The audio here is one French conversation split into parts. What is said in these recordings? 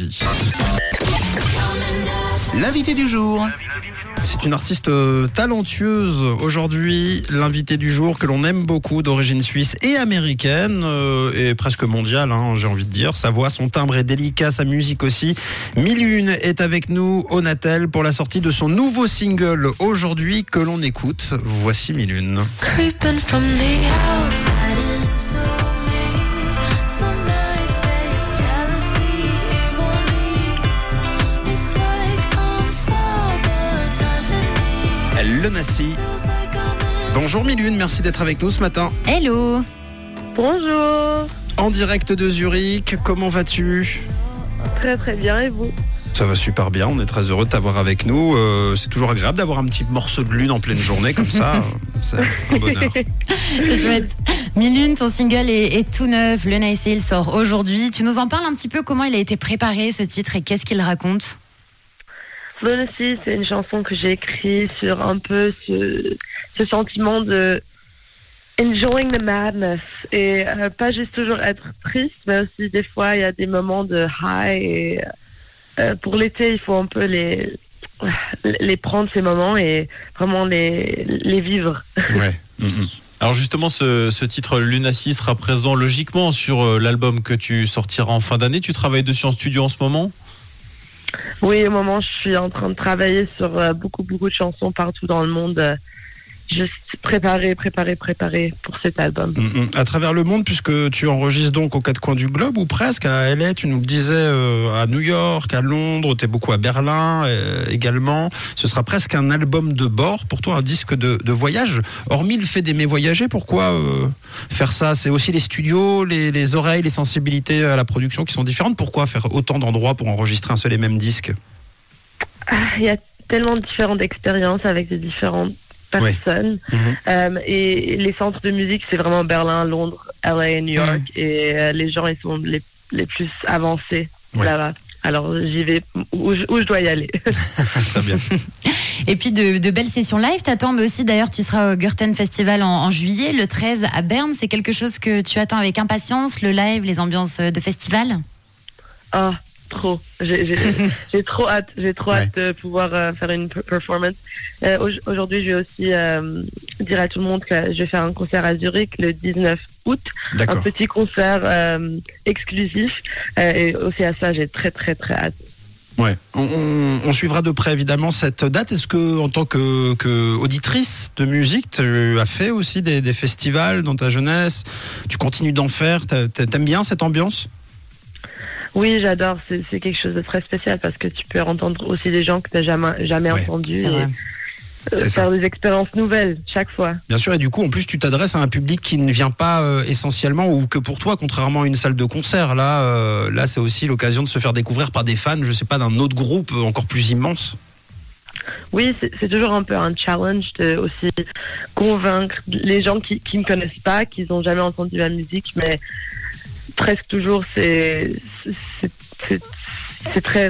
vendredi. L'invité du jour. C'est une artiste talentueuse aujourd'hui, l'invité du jour que l'on aime beaucoup, d'origine suisse et américaine, et presque mondiale, j'ai envie de dire. Sa voix, son timbre est délicat, sa musique aussi. Milune est avec nous au Natel pour la sortie de son nouveau single aujourd'hui que l'on écoute. Voici Milune. Creeping from the outside into me. Some nights it's jealousy, it won't leave. It's like I'm sabotaging me. Le Nassi. Feels like I'm in. Bonjour Milune, merci d'être avec nous ce matin. Hello. Bonjour, En direct de Zurich, comment vas-tu ? très très bien et vous? Ça va super bien, on est très heureux de t'avoir avec nous. C'est toujours agréable d'avoir un petit morceau de lune en pleine journée comme ça. C'est un bonheur. C'est chouette. Milune, ton single est tout neuf. Le Nice il sort aujourd'hui. Tu nous en parles un petit peu comment il a été préparé ce titre et qu'est-ce qu'il raconte ? Lunacy, c'est une chanson que j'ai écrite sur un peu ce sentiment de enjoying the madness et pas juste toujours être triste, mais aussi des fois il y a des moments de high et pour l'été il faut un peu les prendre ces moments et vraiment les vivre. Ouais. Alors justement, ce titre Lunacy sera présent logiquement sur l'album que tu sortiras en fin d'année. Tu travailles dessus en studio en ce moment ? Oui, au moment je suis en train de travailler sur beaucoup de chansons partout dans le monde. Juste préparer pour cet album. À travers le monde, puisque tu enregistres donc aux quatre coins du globe, ou presque, à LA, tu nous le disais, à New York, à Londres, tu es beaucoup à Berlin également. Ce sera presque un album de bord, pour toi un disque de voyage. Hormis le fait d'aimer voyager, pourquoi faire ça ? C'est aussi les studios, les oreilles, les sensibilités à la production qui sont différentes. Pourquoi faire autant d'endroits pour enregistrer un seul et même disque ? Il y a tellement différentes expériences avec des différentes personnes. Et les centres de musique, c'est vraiment Berlin, Londres, LA et New York. Et les gens, ils sont les plus avancés là-bas. Alors, j'y vais où je dois y aller. Très bien. Et puis de belles sessions live t'attends, mais aussi d'ailleurs tu seras au Gurten Festival en juillet, le 13 à Berne. C'est quelque chose que tu attends avec impatience, le live, les ambiances de festival ? Ah, trop. J'ai trop hâte. J'ai trop hâte de pouvoir faire une performance. Aujourd'hui, je vais aussi dire à tout le monde que je vais faire un concert à Zurich le 19 août. D'accord. Un petit concert exclusif. Et aussi à ça, j'ai très hâte. Ouais. On suivra de près évidemment cette date. Est-ce que en tant que auditrice de musique, tu as fait aussi des festivals dans ta jeunesse ? Tu continues d'en faire ? T'aimes bien cette ambiance ? Oui, j'adore. C'est quelque chose de très spécial parce que tu peux entendre aussi des gens que tu n'as jamais entendus. C'est vrai. Faire des expériences nouvelles chaque fois. Bien sûr, et du coup, en plus, tu t'adresses à un public qui ne vient pas essentiellement ou que pour toi, contrairement à une salle de concert. Là, c'est aussi l'occasion de se faire découvrir par des fans, je sais pas, d'un autre groupe encore plus immense. Oui, c'est toujours un peu un challenge de aussi convaincre les gens qui ne me connaissent pas, qui n'ont jamais entendu ma musique, mais presque toujours c'est très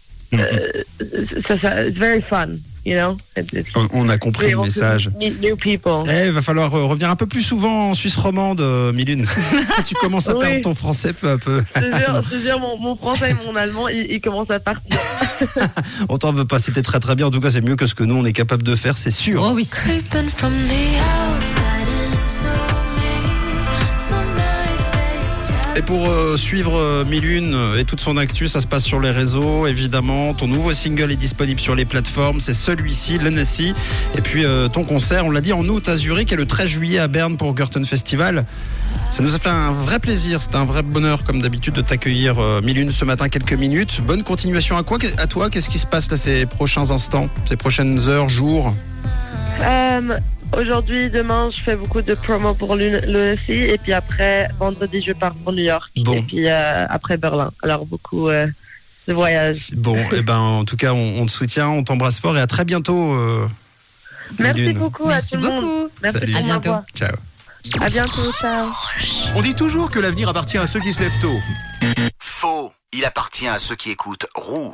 it's very fun, you know. On a compris le message. Meet new people. Il va falloir revenir un peu plus souvent en Suisse romande, Milune. Tu commences à perdre ton français peu à peu. Je te jure, mon français et mon allemand, ils commencent à partir. On t'en veut pas, c'était très bien. En tout cas, c'est mieux que ce que nous, on est capable de faire, c'est sûr. Oh oui. Creeping from the outside into me. Some nights it's jealousy. Et pour suivre Milune et toute son actu, ça se passe sur les réseaux, évidemment. Ton nouveau single est disponible sur les plateformes, c'est celui-ci, Lunacy. Et puis ton concert, on l'a dit, en août à Zurich et le 13 juillet à Berne pour Gurten Festival. Ça nous a fait un vrai plaisir, c'était un vrai bonheur comme d'habitude de t'accueillir Milune ce matin quelques minutes. Bonne continuation à toi, qu'est-ce qui se passe là ces prochains instants, ces prochaines heures, jours ? Aujourd'hui, demain, je fais beaucoup de promo pour Lunacy et puis après, vendredi, je pars pour New York et puis après Berlin. Alors beaucoup de voyages. Bon, et ben en tout cas, on te soutient, on t'embrasse fort et à très bientôt. Merci Milune. beaucoup à tout le monde. Merci. Salut. pour À bientôt. m'avoir. Ciao. À bientôt, ciao. On dit toujours que l'avenir appartient à ceux qui se lèvent tôt. Faux. Il appartient à ceux qui écoutent Rouge.